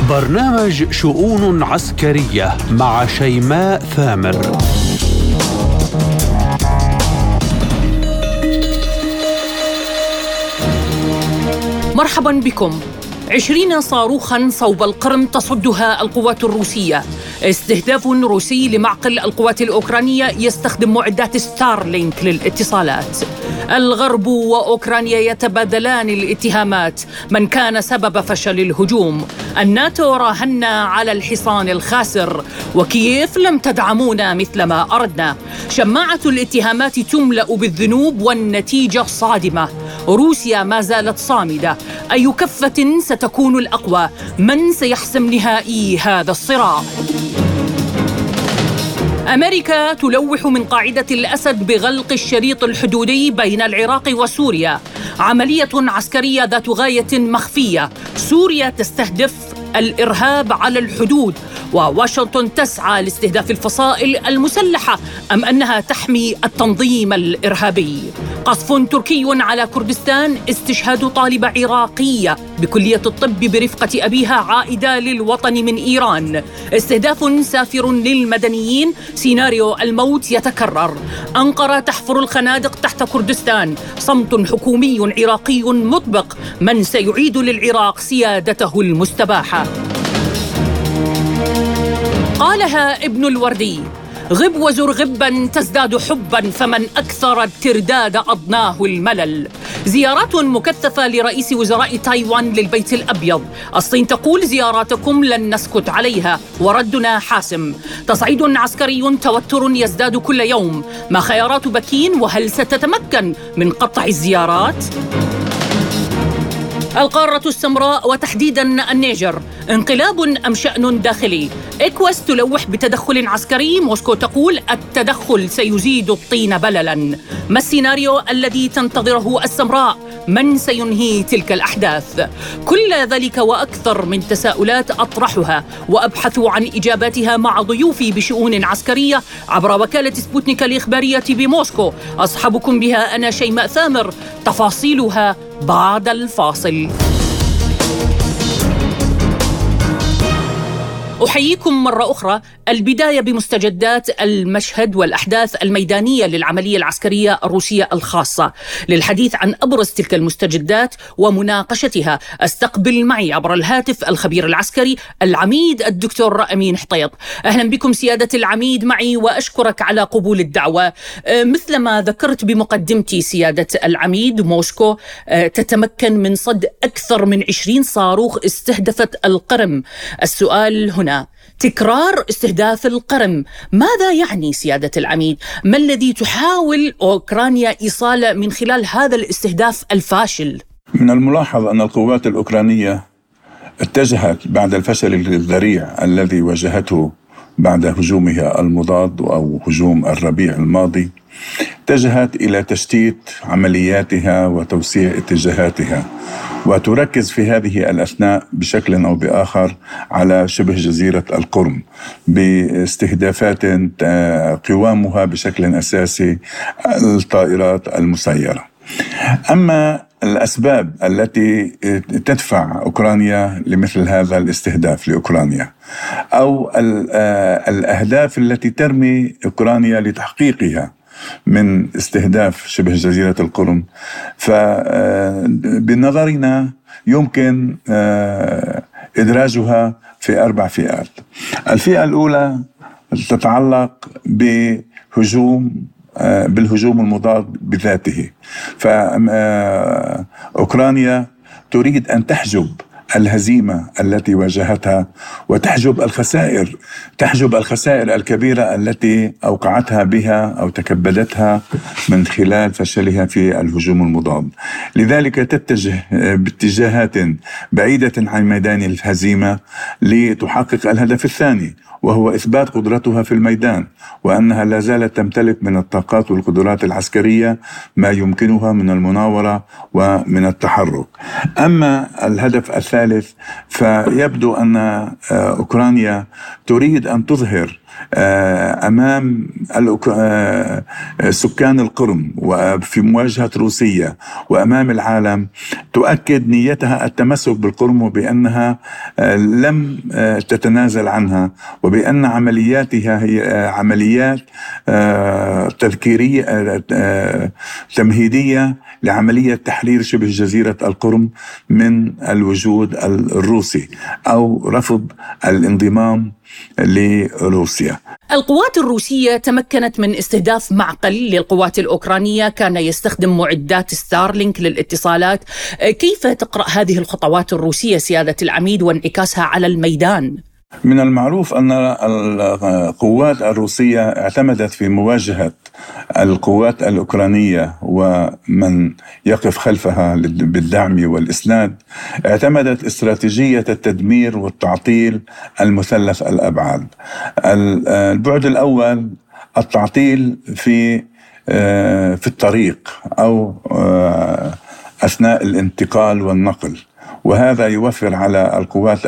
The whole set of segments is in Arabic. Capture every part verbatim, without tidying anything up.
برنامج شؤون عسكرية مع شيماء ثامر. مرحبا بكم. عشرين صاروخا صوب القرم تصدها القوات الروسية. استهداف روسي لمعقل القوات الأوكرانية يستخدم معدات ستارلينك للاتصالات. الغرب وأوكرانيا يتبادلان الاتهامات من كان سبب فشل الهجوم. الناتو راهن على الحصان الخاسر، وكييف لم تدعمونا مثل ما أردنا. شماعة الاتهامات تملأ بالذنوب والنتيجة صادمة. روسيا ما زالت صامدة. أي كفة ستكون الأقوى؟ من سيحسم نهائي هذا الصراع؟ أمريكا تلوح من قاعدة الأسد بغلق الشريط الحدودي بين العراق وسوريا. عملية عسكرية ذات غاية مخفية. سوريا تستهدف الإرهاب على الحدود، وواشنطن تسعى لاستهداف الفصائل المسلحة، أم أنها تحمي التنظيم الإرهابي؟ قصف تركي على كردستان. استشهاد طالبة عراقية بكلية الطب برفقة أبيها عائدة للوطن من إيران. استهداف سافر للمدنيين. سيناريو الموت يتكرر. أنقرة تحفر الخنادق تحت كردستان. صمت حكومي عراقي مطبق. من سيعيد للعراق سيادته المستباحة؟ قالها ابن الوردي: غب وزر غبا تزداد حبا، فمن أكثر الترداد أضناه الملل. زيارات مكثفة لرئيس وزراء تايوان للبيت الأبيض. الصين تقول زياراتكم لن نسكت عليها، وردنا حاسم. تصعيد عسكري، توتر يزداد كل يوم. ما خيارات بكين، وهل ستتمكن من قطع الزيارات؟ القارة السمراء وتحديدا النيجر، انقلاب أم شأن داخلي؟ إكواس تلوح بتدخل عسكري. موسكو تقول التدخل سيزيد الطين بللا. ما السيناريو الذي تنتظره السمراء؟ من سينهي تلك الأحداث؟ كل ذلك وأكثر من تساؤلات أطرحها وأبحث عن إجاباتها مع ضيوفي بشؤون عسكرية عبر وكالة سبوتنيك الإخبارية بموسكو. أصحبكم بها أنا شيماء ثامر. تفاصيلها بعد الفاصل. أحييكم مرة أخرى. البداية بمستجدات المشهد والأحداث الميدانية للعملية العسكرية الروسية الخاصة. للحديث عن أبرز تلك المستجدات ومناقشتها أستقبل معي عبر الهاتف الخبير العسكري العميد الدكتور أمين حطيط. أهلا بكم سيادة العميد معي، وأشكرك على قبول الدعوة. مثل ما ذكرت بمقدمتي سيادة العميد، موسكو تتمكن من صد أكثر من عشرين صاروخ استهدفت القرم. السؤال هنا: تكرار استهداف القرم ماذا يعني سيادة العميد؟ ما الذي تحاول أوكرانيا إيصاله من خلال هذا الاستهداف الفاشل؟ من الملاحظ أن القوات الأوكرانية اتجهت بعد الفشل الذريع الذي واجهته بعد هجومها المضاد أو هجوم الربيع الماضي، اتجهت إلى تشتيت عملياتها وتوسيع اتجاهاتها، وتركز في هذه الأثناء بشكل أو بآخر على شبه جزيرة القرم باستهدافات قوامها بشكل أساسي الطائرات المسيرة. أما الأسباب التي تدفع أوكرانيا لمثل هذا الاستهداف لأوكرانيا، أو الأهداف التي ترمي أوكرانيا لتحقيقها من استهداف شبه جزيرة القرم، فبنظرنا يمكن إدراجها في أربع فئات. الفئة الأولى تتعلق بهجوم بالهجوم المضاد بذاته. فأوكرانيا تريد أن تحجب الهزيمة التي واجهتها وتحجب الخسائر تحجب الخسائر الكبيرة التي أوقعتها بها أو تكبدتها من خلال فشلها في الهجوم المضاد. لذلك تتجه باتجاهات بعيدة عن ميدان الهزيمة لتحقق الهدف الثاني، وهو إثبات قدرتها في الميدان، وأنها لا زالت تمتلك من الطاقات والقدرات العسكرية ما يمكنها من المناورة ومن التحرك. أما الهدف الثالث فيبدو أن أوكرانيا تريد أن تظهر أمام سكان القرم وفي مواجهة روسيا وأمام العالم تؤكد نيتها التمسك بالقرم، وبأنها لم تتنازل عنها، وبأن عملياتها هي عمليات تذكيرية تمهيدية لعملية تحرير شبه جزيرة القرم من الوجود الروسي أو رفض الانضمام لروسيا. القوات الروسية تمكنت من استهداف معقل للقوات الأوكرانية كان يستخدم معدات ستارلينك للاتصالات. كيف تقرأ هذه الخطوات الروسية سيادة العميد وانعكاسها على الميدان؟ من المعروف أن القوات الروسية اعتمدت في مواجهة القوات الأوكرانية ومن يقف خلفها بالدعم والإسناد، اعتمدت استراتيجية التدمير والتعطيل المثلث الأبعاد. البعد الأول التعطيل في في الطريق أو أثناء الانتقال والنقل، وهذا يوفر على القوات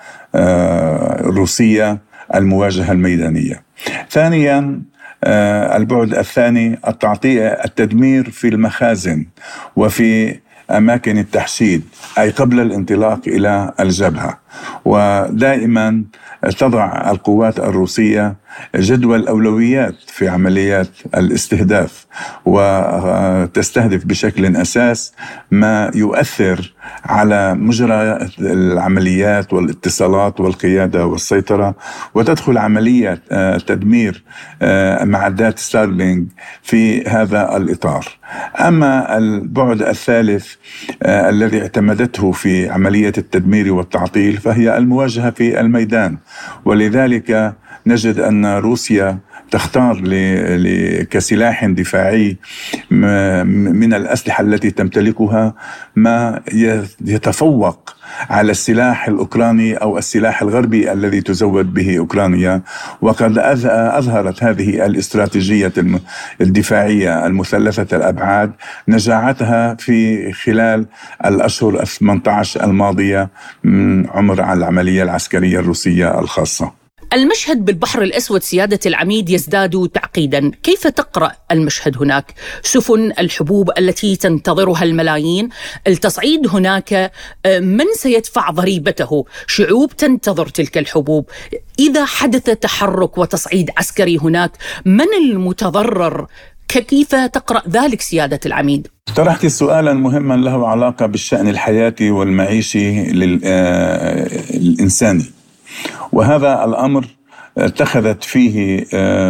الروسية المواجهة الميدانية. ثانيا البعد الثاني التدمير في المخازن وفي أماكن التحشيد، أي قبل الانطلاق إلى الجبهة. ودائما تضع القوات الروسية جدول أولويات في عمليات الاستهداف، وتستهدف بشكل أساس ما يؤثر على مجرى العمليات والاتصالات والقيادة والسيطرة، وتدخل عملية تدمير معدات ستارلينك في هذا الإطار. أما البعد الثالث الذي اعتمدته في عملية التدمير والتعطيل فهي المواجهة في الميدان، ولذلك نجد أن روسيا تختار كسلاح دفاعي من الأسلحة التي تمتلكها ما يتفوق على السلاح الأوكراني أو السلاح الغربي الذي تزود به أوكرانيا. وقد أظهرت هذه الاستراتيجية الدفاعية المثلثة الأبعاد نجاعتها في خلال الأشهر الثمانية عشر الماضية من عمر العملية العسكرية الروسية الخاصة. المشهد بالبحر الأسود سيادة العميد يزداد تعقيدا، كيف تقرأ المشهد هناك؟ سفن الحبوب التي تنتظرها الملايين، التصعيد هناك من سيدفع ضريبته؟ شعوب تنتظر تلك الحبوب. إذا حدث تحرك وتصعيد عسكري هناك من المتضرر؟ كيف تقرأ ذلك سيادة العميد؟ طرحت سؤالا مهما له علاقة بالشأن الحياتي والمعيشي للإنساني، وهذا الأمر اتخذت فيه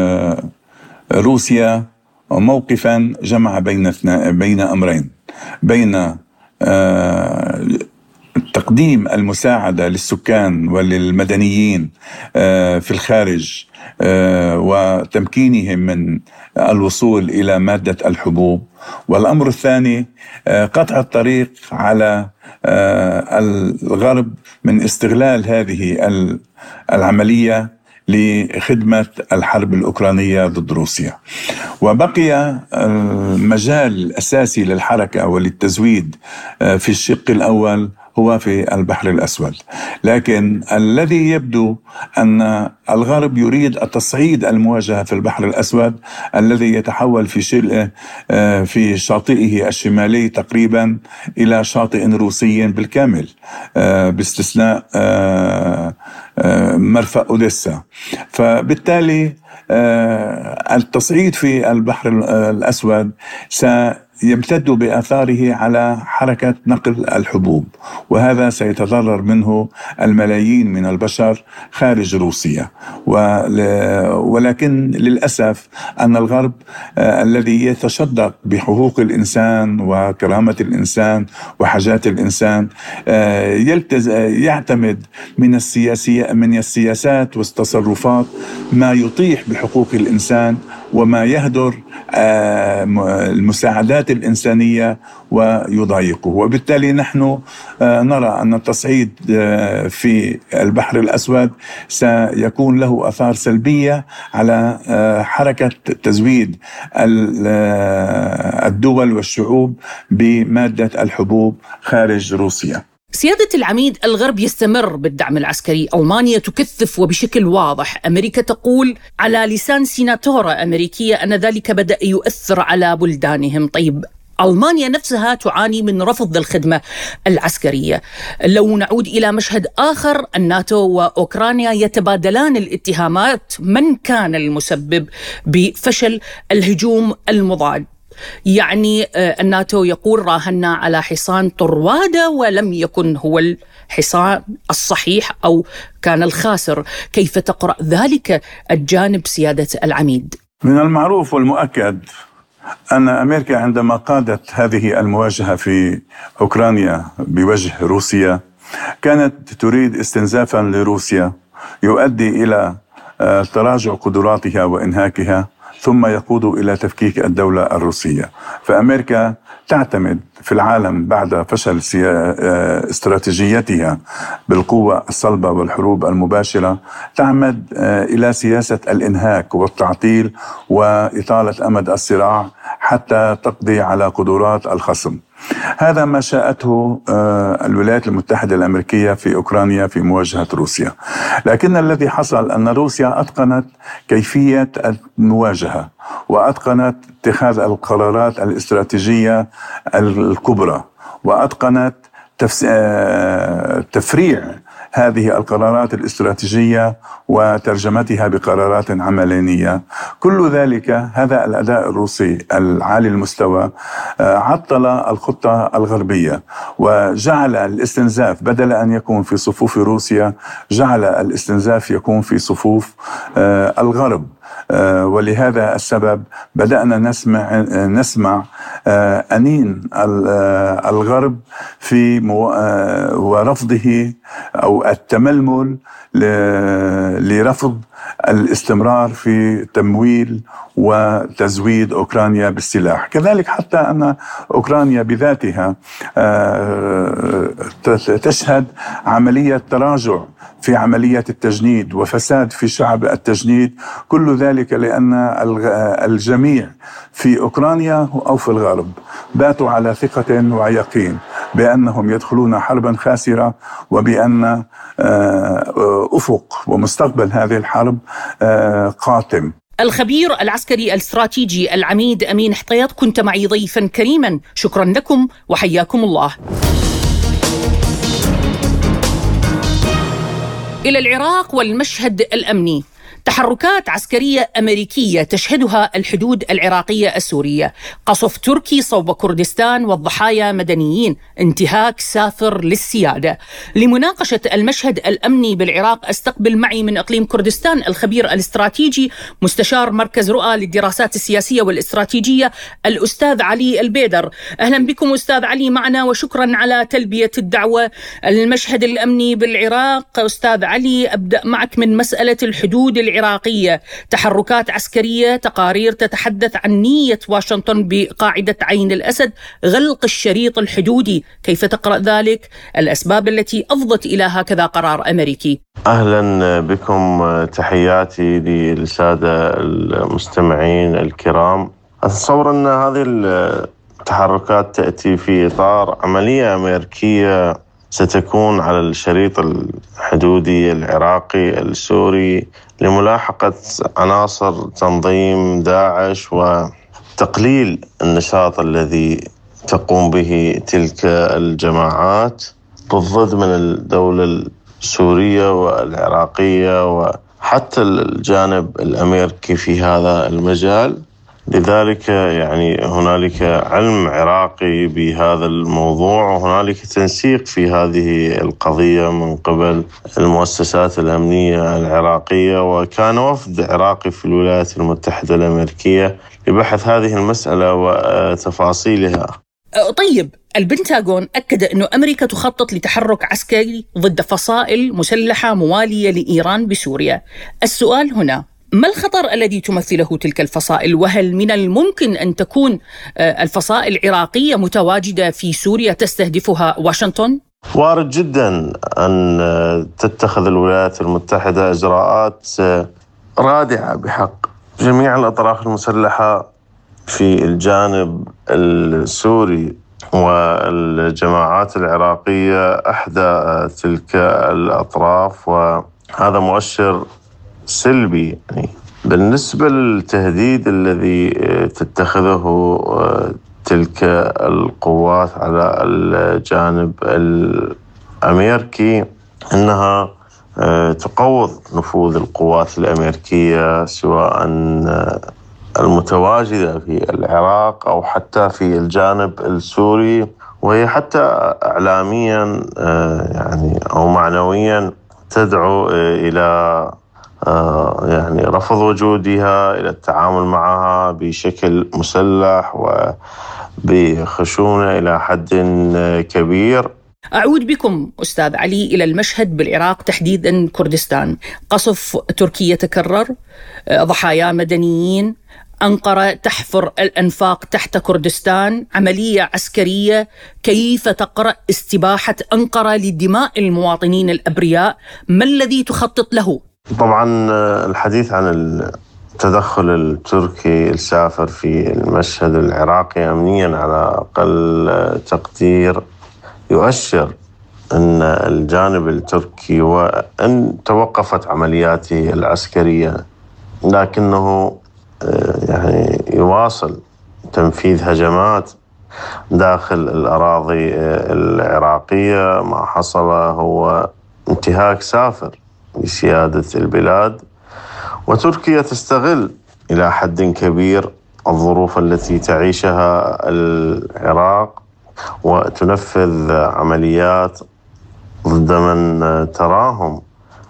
روسيا موقفا جمع بين بين أمرين، بين تقديم المساعدة للسكان وللمدنيين في الخارج وتمكينهم من الوصول إلى مادة الحبوب، والأمر الثاني قطع الطريق على الغرب من استغلال هذه العملية لخدمة الحرب الأوكرانية ضد روسيا. وبقي المجال الأساسي للحركة وللتزويد في الشق الأول هو في البحر الأسود، لكن الذي يبدو أن الغرب يريد التصعيد المواجهة في البحر الأسود الذي يتحول في شيء في شاطئه الشمالي تقريبا إلى شاطئ روسي بالكامل باستثناء مرفأ أوديسا. فبالتالي التصعيد في البحر الأسود سيمتد بآثاره على حركة نقل الحبوب، وهذا سيتضرر منه الملايين من البشر خارج روسيا. ولكن للأسف أن الغرب الذي يتشدق بحقوق الإنسان وكرامة الإنسان وحاجات الإنسان يعتمد من السياسية من السياسات والتصرفات ما يطيح بحقوق الإنسان وما يهدر المساعدات الإنسانية ويضايقه. وبالتالي نحن نرى أن التصعيد في البحر الأسود سيكون له آثار سلبية على حركة تزويد الدول والشعوب بمادة الحبوب خارج روسيا. سيادة العميد، الغرب يستمر بالدعم العسكري، ألمانيا تكثف وبشكل واضح، أمريكا تقول على لسان سيناتورة أمريكية أن ذلك بدأ يؤثر على بلدانهم. طيب ألمانيا نفسها تعاني من رفض الخدمة العسكرية. لو نعود إلى مشهد آخر، الناتو وأوكرانيا يتبادلان الاتهامات من كان المسبب بفشل الهجوم المضاد. يعني الناتو يقول راهنا على حصان طروادة ولم يكن هو الحصان الصحيح أو كان الخاسر. كيف تقرأ ذلك الجانب سيادة العميد؟ من المعروف والمؤكد أن أمريكا عندما قادت هذه المواجهة في أوكرانيا بوجه روسيا كانت تريد استنزافا لروسيا يؤدي إلى تراجع قدراتها وإنهاكها، ثم يقود إلى تفكيك الدولة الروسية. فأمريكا تعتمد في العالم بعد فشل استراتيجيتها بالقوة الصلبة والحروب المباشرة تعمد إلى سياسة الإنهاك والتعطيل وإطالة أمد الصراع حتى تقضي على قدرات الخصم. هذا ما شاءته الولايات المتحدة الأمريكية في أوكرانيا في مواجهة روسيا. لكن الذي حصل أن روسيا أتقنت كيفية المواجهة وأتقنت اتخاذ القرارات الاستراتيجية الكبرى وأتقنت تفريع هذه القرارات الاستراتيجية وترجمتها بقرارات عملية. كل ذلك هذا الأداء الروسي العالي المستوى عطل الخطة الغربية وجعل الاستنزاف بدل أن يكون في صفوف روسيا جعل الاستنزاف يكون في صفوف الغرب. ولهذا السبب بدأنا نسمع نسمع أنين الغرب في ورفضه أو التململ لرفض الاستمرار في تمويل وتزويد أوكرانيا بالسلاح. كذلك حتى أن أوكرانيا بذاتها تشهد عملية تراجع في عملية التجنيد وفساد في شعب التجنيد، كل ذلك لأن الجميع في أوكرانيا أو في الغرب باتوا على ثقة ويقين بأنهم يدخلون حربا خاسرة وبأن أفق ومستقبل هذه الحرب قاتم. الخبير العسكري الاستراتيجي العميد أمين حطيط، كنت معي ضيفا كريما، شكرا لكم وحياكم الله. إلى العراق والمشهد الأمني. تحركات عسكرية أمريكية تشهدها الحدود العراقية السورية، قصف تركي صوب كردستان والضحايا مدنيين، انتهاك سافر للسيادة. لمناقشة المشهد الأمني بالعراق استقبل معي من إقليم كردستان الخبير الاستراتيجي مستشار مركز رؤى للدراسات السياسية والاستراتيجية الأستاذ علي البيدر. أهلا بكم أستاذ علي معنا وشكرا على تلبية الدعوة. المشهد الأمني بالعراق أستاذ علي، أبدأ معك من مسألة الحدود العراقية. تحركات عسكرية، تقارير تتحدث عن نية واشنطن بقاعدة عين الأسد غلق الشريط الحدودي، كيف تقرأ ذلك؟ الأسباب التي أفضت إلى هكذا قرار أمريكي؟ أهلا بكم، تحياتي للسادة المستمعين الكرام. أتصور أن هذه التحركات تأتي في إطار عملية أمريكية ستكون على الشريط الحدودي العراقي السوري لملاحقة عناصر تنظيم داعش وتقليل النشاط الذي تقوم به تلك الجماعات بالضد من الدولة السورية والعراقية وحتى الجانب الأمريكي في هذا المجال. لذلك يعني هنالك علم عراقي بهذا الموضوع وهنالك تنسيق في هذه القضية من قبل المؤسسات الأمنية العراقية، وكان وفد عراقي في الولايات المتحدة الأمريكية لبحث هذه المسألة وتفاصيلها. طيب، البنتاغون أكد أن أمريكا تخطط لتحرك عسكري ضد فصائل مسلحة موالية لإيران بسوريا. السؤال هنا، ما الخطر الذي تمثله تلك الفصائل؟ وهل من الممكن أن تكون الفصائل العراقية متواجدة في سوريا تستهدفها واشنطن؟ وارد جدا أن تتخذ الولايات المتحدة إجراءات رادعة بحق جميع الأطراف المسلحة في الجانب السوري والجماعات العراقية إحدى تلك الأطراف، وهذا مؤشر سلبي. يعني بالنسبة للتهديد الذي تتخذه تلك القوات على الجانب الأمريكي، أنها تقوض نفوذ القوات الأمريكية سواء المتواجدة في العراق أو حتى في الجانب السوري، وهي حتى إعلاميا يعني أو معنويا تدعو إلى يعني رفض وجودها، إلى التعامل معها بشكل مسلح وبخشونة إلى حد كبير. أعود بكم أستاذ علي إلى المشهد بالعراق، تحديدا كردستان. قصف تركي يتكرر، ضحايا مدنيين، أنقرة تحفر الأنفاق تحت كردستان، عملية عسكرية. كيف تقرأ استباحة أنقرة لدماء المواطنين الأبرياء؟ ما الذي تخطط له؟ طبعا الحديث عن التدخل التركي السافر في المشهد العراقي أمنيا على أقل تقدير يؤشر أن الجانب التركي وأن توقفت عملياته العسكرية، لكنه يعني يواصل تنفيذ هجمات داخل الأراضي العراقية. ما حصل هو انتهاك سافر لسيادة البلاد، وتركيا تستغل إلى حد كبير الظروف التي تعيشها العراق وتنفذ عمليات ضد من تراهم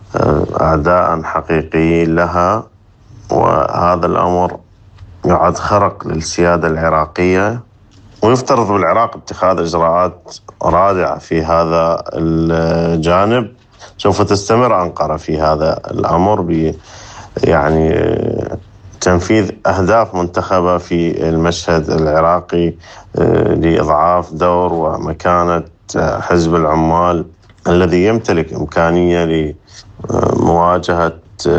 أعداء حقيقيين لها، وهذا الأمر يعد خرق للسيادة العراقية. ويفترض بالعراق اتخاذ إجراءات رادعة في هذا الجانب. سوف تستمر أنقرة في هذا الأمر ب يعني تنفيذ أهداف منتخبة في المشهد العراقي لإضعاف دور ومكانة حزب العمال الذي يمتلك إمكانية لمواجهة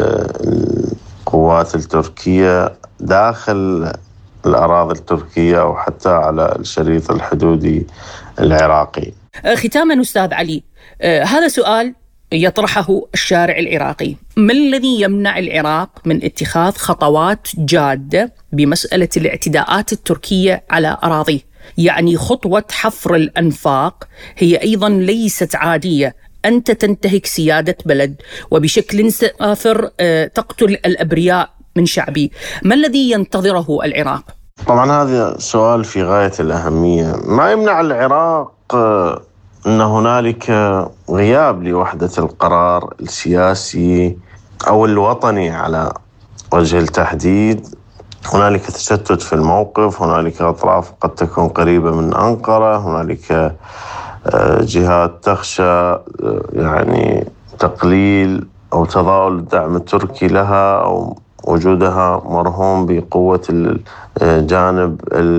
القوات التركية داخل الأراضي التركية أو حتى على الشريط الحدودي العراقي. ختاما أستاذ علي، هذا سؤال يطرحه الشارع العراقي: ما الذي يمنع العراق من اتخاذ خطوات جادة بمسألة الاعتداءات التركية على أراضيه؟ يعني خطوة حفر الأنفاق هي أيضا ليست عادية. أنت تنتهك سيادة بلد وبشكل سافر تقتل الأبرياء من شعبي. ما الذي ينتظره العراق؟ طبعا هذا سؤال في غاية الأهمية. ما يمنع العراق أن هنالك غياب لوحدة القرار السياسي أو الوطني على وجه التحديد. هنالك تشتت في الموقف، هنالك أطراف قد تكون قريبة من أنقرة، هنالك جهات تخشى يعني تقليل أو تضاؤل الدعم التركي لها أو وجودها مرهون بقوة الجانب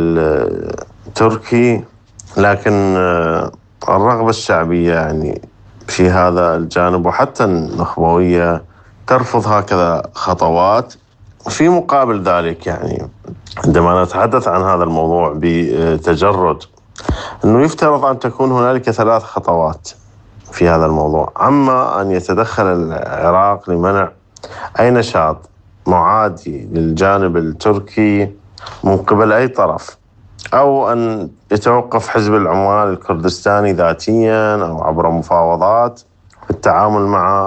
التركي. لكن الرغبة الشعبية يعني في هذا الجانب وحتى النخبوية ترفض هكذا خطوات. في مقابل ذلك يعني عندما نتحدث عن هذا الموضوع بتجرد، أنه يفترض أن تكون هنالك ثلاث خطوات في هذا الموضوع. أما أن يتدخل العراق لمنع أي نشاط معادي للجانب التركي من قبل أي طرف، أو أن يتوقف حزب العمال الكردستاني ذاتياً أو عبر مفاوضات في التعامل مع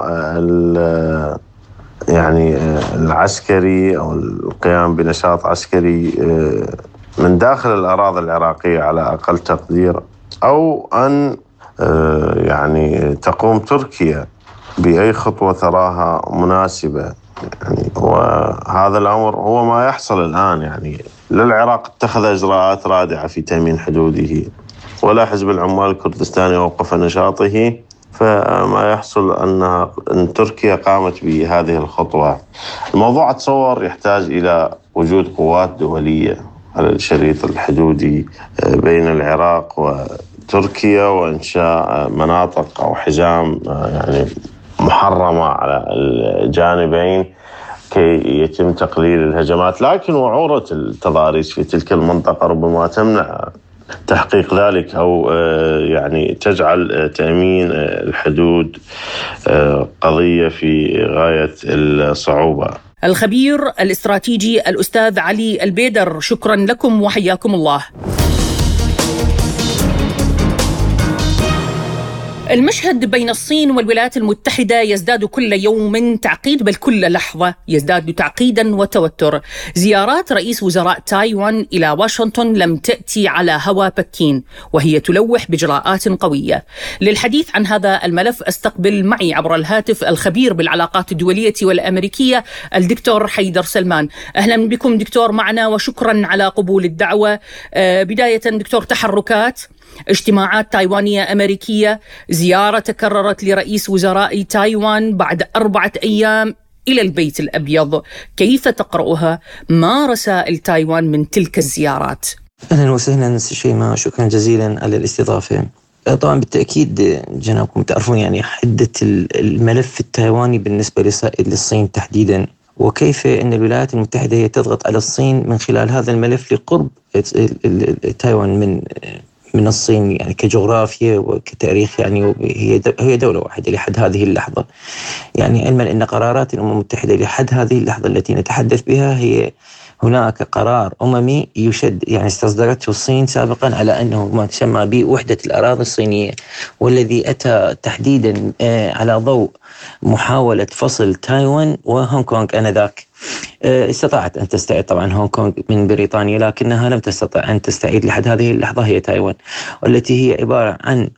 يعني العسكري أو القيام بنشاط عسكري من داخل الأراضي العراقية على أقل تقدير، أو أن يعني تقوم تركيا بأي خطوة تراها مناسبة. يعني وهذا الأمر هو ما يحصل الآن. يعني لا العراق اتخذ إجراءات رادعة في تأمين حدوده، ولا حزب العمال الكردستاني وقف نشاطه، فما يحصل أن أن تركيا قامت بهذه الخطوة. الموضوع أتصور يحتاج إلى وجود قوات دولية على الشريط الحدودي بين العراق وتركيا، وإنشاء مناطق أو حزام يعني محرمة على الجانبين كي يتم تقليل الهجمات. لكن وعورة التضاريس في تلك المنطقة ربما تمنع تحقيق ذلك أو يعني تجعل تأمين الحدود قضية في غاية الصعوبة. الخبير الاستراتيجي الأستاذ علي البيدر، شكرا لكم وحياكم الله. المشهد بين الصين والولايات المتحدة يزداد كل يوم تعقيد، بل كل لحظة يزداد تعقيدا وتوتر. زيارات رئيس وزراء تايوان إلى واشنطن لم تأتي على هوى بكين، وهي تلوح بإجراءات قوية. للحديث عن هذا الملف استقبل معي عبر الهاتف الخبير بالعلاقات الدولية والأمريكية الدكتور حيدر سلمان. أهلا بكم دكتور معنا وشكرا على قبول الدعوة. بداية دكتور، تحركات اجتماعات تايوانية أمريكية، زيارة تكررت لرئيس وزراء تايوان بعد أربعة أيام إلى البيت الأبيض، كيف تقرأها؟ ما رسائل تايوان من تلك الزيارات؟ أهلا وسهلا شيماء، شكرا جزيلا على الاستضافة. طبعا بالتأكيد جنابكم تعرفون يعني حدة الملف التايواني بالنسبة للصين تحديدا، وكيف أن الولايات المتحدة هي تضغط على الصين من خلال هذا الملف لقرب تايوان من من الصين يعني كجغرافيا وكتاريخ، يعني هي هي دولة واحدة لحد هذه اللحظة. يعني علما أن قرارات الأمم المتحدة لحد هذه اللحظة التي نتحدث بها هي هناك قرار أممي يشد يعني استصدرته الصين سابقا على أنه ما تسمى بوحدة الأراضي الصينية، والذي أتى تحديدا على ضوء محاولة فصل تايوان وهونغ كونغ آنذاك. استطاعت أن تستعيد طبعا هونغ كونغ من بريطانيا، لكنها لم تستطع أن تستعيد لحد هذه اللحظة هي تايوان، والتي هي عبارة عن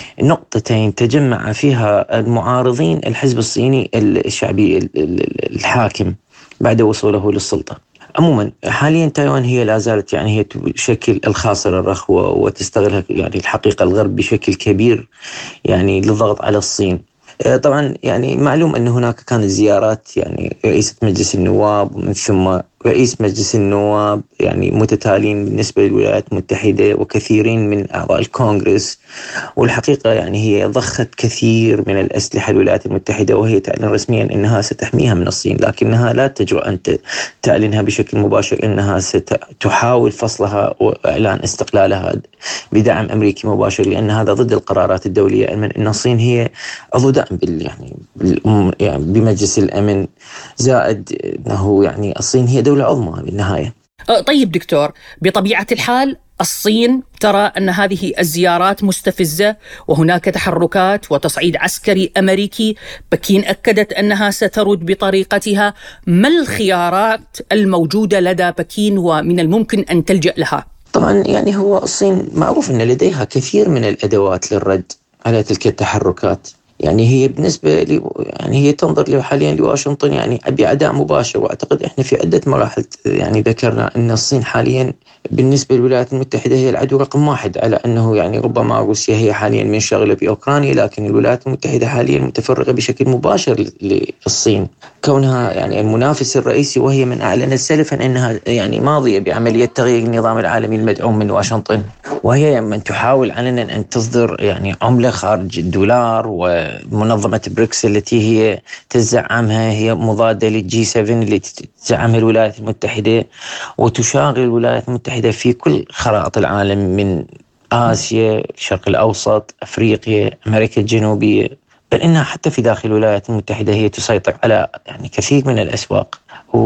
نقطتين تجمع فيها المعارضين الحزب الصيني الشعبي الحاكم بعد وصوله للسلطة. عموما حاليا تايوان هي لا زالت يعني هي تشكل الخاصرة الرخوة وتستغلها يعني الحقيقة الغرب بشكل كبير يعني للضغط على الصين. طبعا يعني معلوم أن هناك كانت زيارات يعني رئيسة مجلس النواب ومن ثم رئيس مجلس النواب يعني متتالين بالنسبة للولايات المتحدة وكثيرين من أعضاء الكونغرس، والحقيقة يعني هي ضخت كثير من الأسلحة الولايات المتحدة وهي تعلن رسميا أنها ستحميها من الصين، لكنها لا تجرؤ أن تعلنها بشكل مباشر أنها ستحاول فصلها وإعلان استقلالها بدعم أمريكي مباشر، لأن هذا ضد القرارات الدولية، من أن الصين هي عضو دعم بال يعني, يعني بمجلس الأمن، زائد أنه يعني الصين هي دولة عظمى بالنهاية. طيب دكتور، بطبيعة الحال الصين ترى أن هذه الزيارات مستفزة وهناك تحركات وتصعيد عسكري أمريكي، بكين أكدت أنها سترد بطريقتها. ما الخيارات الموجودة لدى بكين ومن الممكن أن تلجأ لها؟ طبعا يعني هو الصين معروف أن لديها كثير من الأدوات للرد على تلك التحركات. يعني هي بالنسبة لي يعني هي تنظر حاليا لواشنطن يعني بأداء مباشر، وأعتقد إحنا في عدة مراحل يعني ذكرنا أن الصين حاليا بالنسبة للولايات المتحدة هي العدو رقم واحد، على أنه يعني ربما روسيا هي حاليا منشغلة بأوكرانيا، لكن الولايات المتحدة حاليا متفرغة بشكل مباشر للصين كونها يعني المنافس الرئيسي، وهي من أعلنت سلفا أنها يعني ماضية بعملية تغيير النظام العالمي المدعوم من واشنطن، وهي من تحاول علنا أن تصدر يعني عملة خارج الدولار. ومنظمة بريكس التي هي تزعمها هي مضادة للجي سبعة التي تزعمها الولايات المتحدة، وتشاغل الولايات المتحدة في كل خرائط العالم من آسيا، الشرق الأوسط، أفريقيا، أمريكا الجنوبية، بل إنها حتى في داخل الولايات المتحدة هي تسيطر على يعني كثير من الأسواق.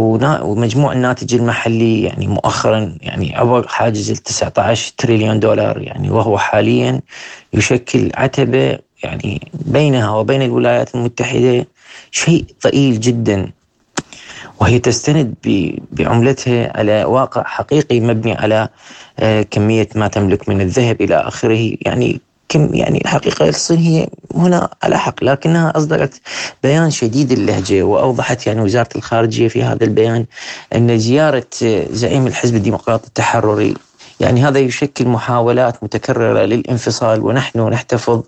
ومجموع الناتج المحلي يعني مؤخرا يعني عبر حاجز تسعة عشر تريليون دولار، يعني وهو حاليا يشكل عتبة يعني بينها وبين الولايات المتحدة شيء ضئيل جدا، وهي تستند بعملتها على واقع حقيقي مبني على كمية ما تملك من الذهب إلى آخره. يعني كم يعني الحقيقة الصين هي هنا على حق، لكنها أصدرت بيان شديد اللهجة وأوضحت يعني وزارة الخارجية في هذا البيان أن زيارة زعيم الحزب الديمقراطي التحرري يعني هذا يشكل محاولات متكررة للانفصال، ونحن نحتفظ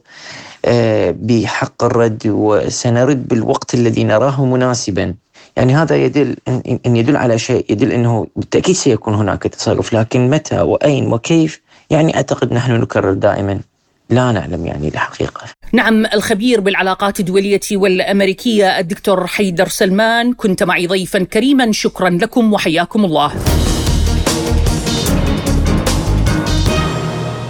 بحق الرد وسنرد بالوقت الذي نراه مناسبا. يعني هذا يدل أن يدل على شيء، يدل أنه بالتأكيد سيكون هناك تصرف، لكن متى وأين وكيف يعني أعتقد نحن نكرر دائما لا نعلم يعني الحقيقة. نعم، الخبير بالعلاقات الدولية والأمريكية الدكتور حيدر سلمان كنت معي ضيفا كريما، شكرا لكم وحياكم الله.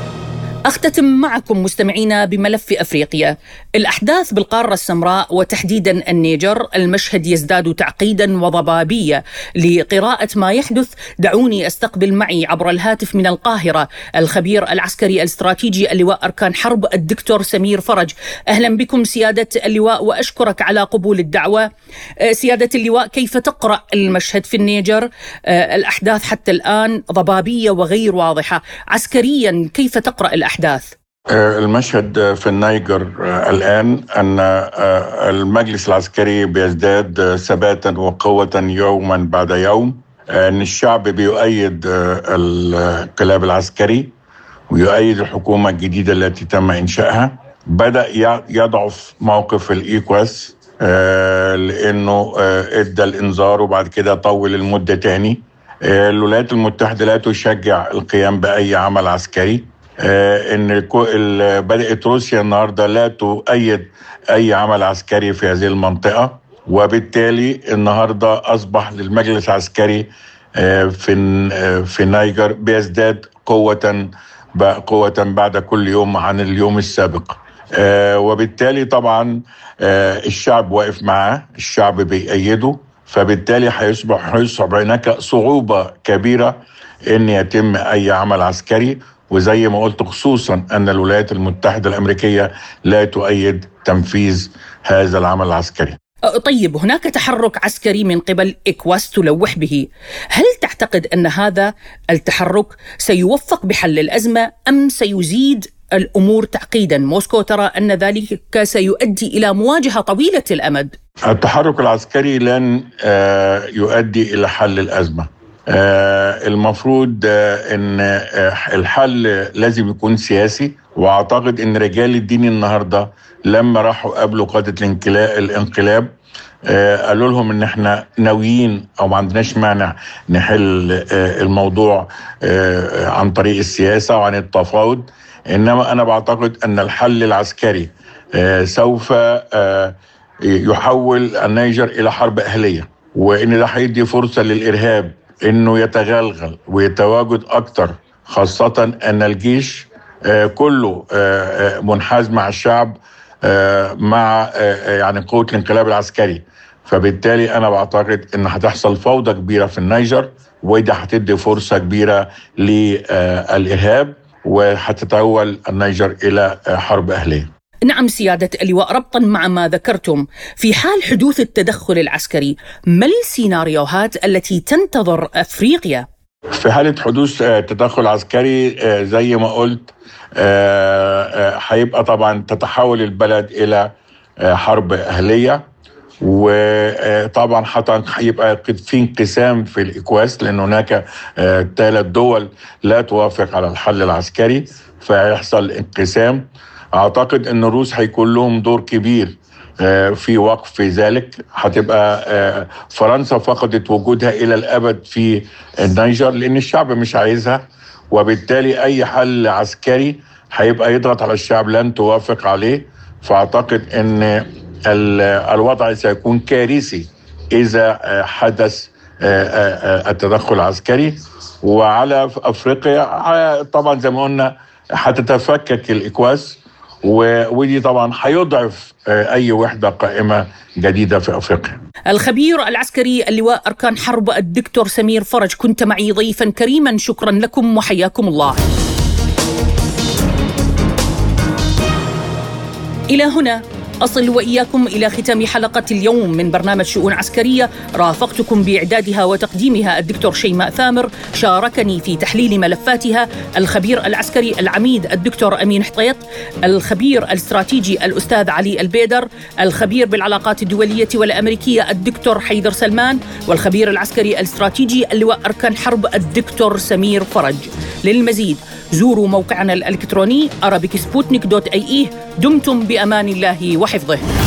أختتم معكم مستمعينا بملف أفريقيا. الأحداث بالقارة السمراء وتحديدا النيجر، المشهد يزداد تعقيدا وضبابية. لقراءة ما يحدث دعوني أستقبل معي عبر الهاتف من القاهرة الخبير العسكري الاستراتيجي اللواء أركان حرب الدكتور سمير فرج. أهلا بكم سيادة اللواء وأشكرك على قبول الدعوة. سيادة اللواء، كيف تقرأ المشهد في النيجر؟ الأحداث حتى الآن ضبابية وغير واضحة. عسكريا كيف تقرأ الأحداث؟ أحداث المشهد في النيجر الآن أن المجلس العسكري بيزداد ثباتا وقوة يوما بعد يوم، أن الشعب بيؤيد الانقلاب العسكري ويؤيد الحكومة الجديدة التي تم إنشائها. بدأ يضعف موقف الإيكواس لأنه إدى الإنذار وبعد كده طول المدة تاني. الولايات المتحدة لا تشجع القيام بأي عمل عسكري. ان بدأت روسيا النهارده لا تؤيد اي عمل عسكري في هذه المنطقة، وبالتالي النهارده اصبح للمجلس العسكري في في النيجر بيزداد قوة قوة بعد كل يوم عن اليوم السابق. وبالتالي طبعا الشعب واقف معاه، الشعب بيأيده، فبالتالي هيصبح هيصبح هناك صعوبة كبيرة ان يتم اي عمل عسكري. وزي ما قلت خصوصا أن الولايات المتحدة الأمريكية لا تؤيد تنفيذ هذا العمل العسكري. طيب، هناك تحرك عسكري من قبل إيكواس تلوح به. هل تعتقد أن هذا التحرك سيوفق بحل الأزمة أم سيزيد الأمور تعقيدا؟ موسكو ترى أن ذلك سيؤدي إلى مواجهة طويلة الأمد. التحرك العسكري لن يؤدي إلى حل الأزمة. آه المفروض آه ان آه الحل لازم يكون سياسي، واعتقد ان رجال الدين النهارده لما راحوا قابلوا قادة الانقلاب آه قالوا لهم ان احنا ناويين او ما عندناش مانع نحل آه الموضوع آه عن طريق السياسة وعن التفاوض. انما انا بعتقد ان الحل العسكري آه سوف آه يحول النيجر الى حرب اهلية، وان ده هيدي فرصة للارهاب انه يتغلغل ويتواجد اكتر، خاصة ان الجيش كله منحاز مع الشعب مع يعني قوة الانقلاب العسكري. فبالتالي انا بعتقد ان هتحصل فوضى كبيرة في النيجر، وده هتدي فرصة كبيرة للارهاب وهتتحول النيجر الى حرب اهلية. نعم سيادة اللواء، ربطا مع ما ذكرتم، في حال حدوث التدخل العسكري ما السيناريوهات التي تنتظر أفريقيا؟ في حالة حدوث تدخل عسكري زي ما قلت هيبقى طبعا تتحول البلد إلى حرب أهلية، وطبعا حتى هيبقى في انقسام في الإيكواس لأن هناك ثلاث دول لا توافق على الحل العسكري، فيحصل انقسام. أعتقد أن الروس هيكون لهم دور كبير في وقف ذلك. هتبقى فرنسا فقدت وجودها إلى الأبد في النيجر لأن الشعب مش عايزها، وبالتالي أي حل عسكري هيبقى يضغط على الشعب لن توافق عليه. فأعتقد أن الوضع سيكون كارثي إذا حدث التدخل العسكري. وعلى أفريقيا طبعا زي ما قلنا هتتفكك الإيكواس، ودي طبعا هيضعف أي وحدة قائمة جديدة في أفريقيا. الخبير العسكري اللواء أركان حرب الدكتور سمير فرج، كنت معي ضيفا كريما، شكرا لكم وحياكم الله. إلى هنا أصل وإياكم إلى ختام حلقة اليوم من برنامج شؤون عسكرية. رافقتكم بإعدادها وتقديمها الدكتور شيماء ثامر، شاركني في تحليل ملفاتها الخبير العسكري العميد الدكتور أمين حطيط، الخبير الاستراتيجي الأستاذ علي البيدر، الخبير بالعلاقات الدولية والأمريكية الدكتور حيدر سلمان، والخبير العسكري الاستراتيجي اللواء أركان حرب الدكتور سمير فرج. للمزيد زوروا موقعنا الإلكتروني arabik sputnik دوت اي اي. دمتم بأمان الله وحفظه.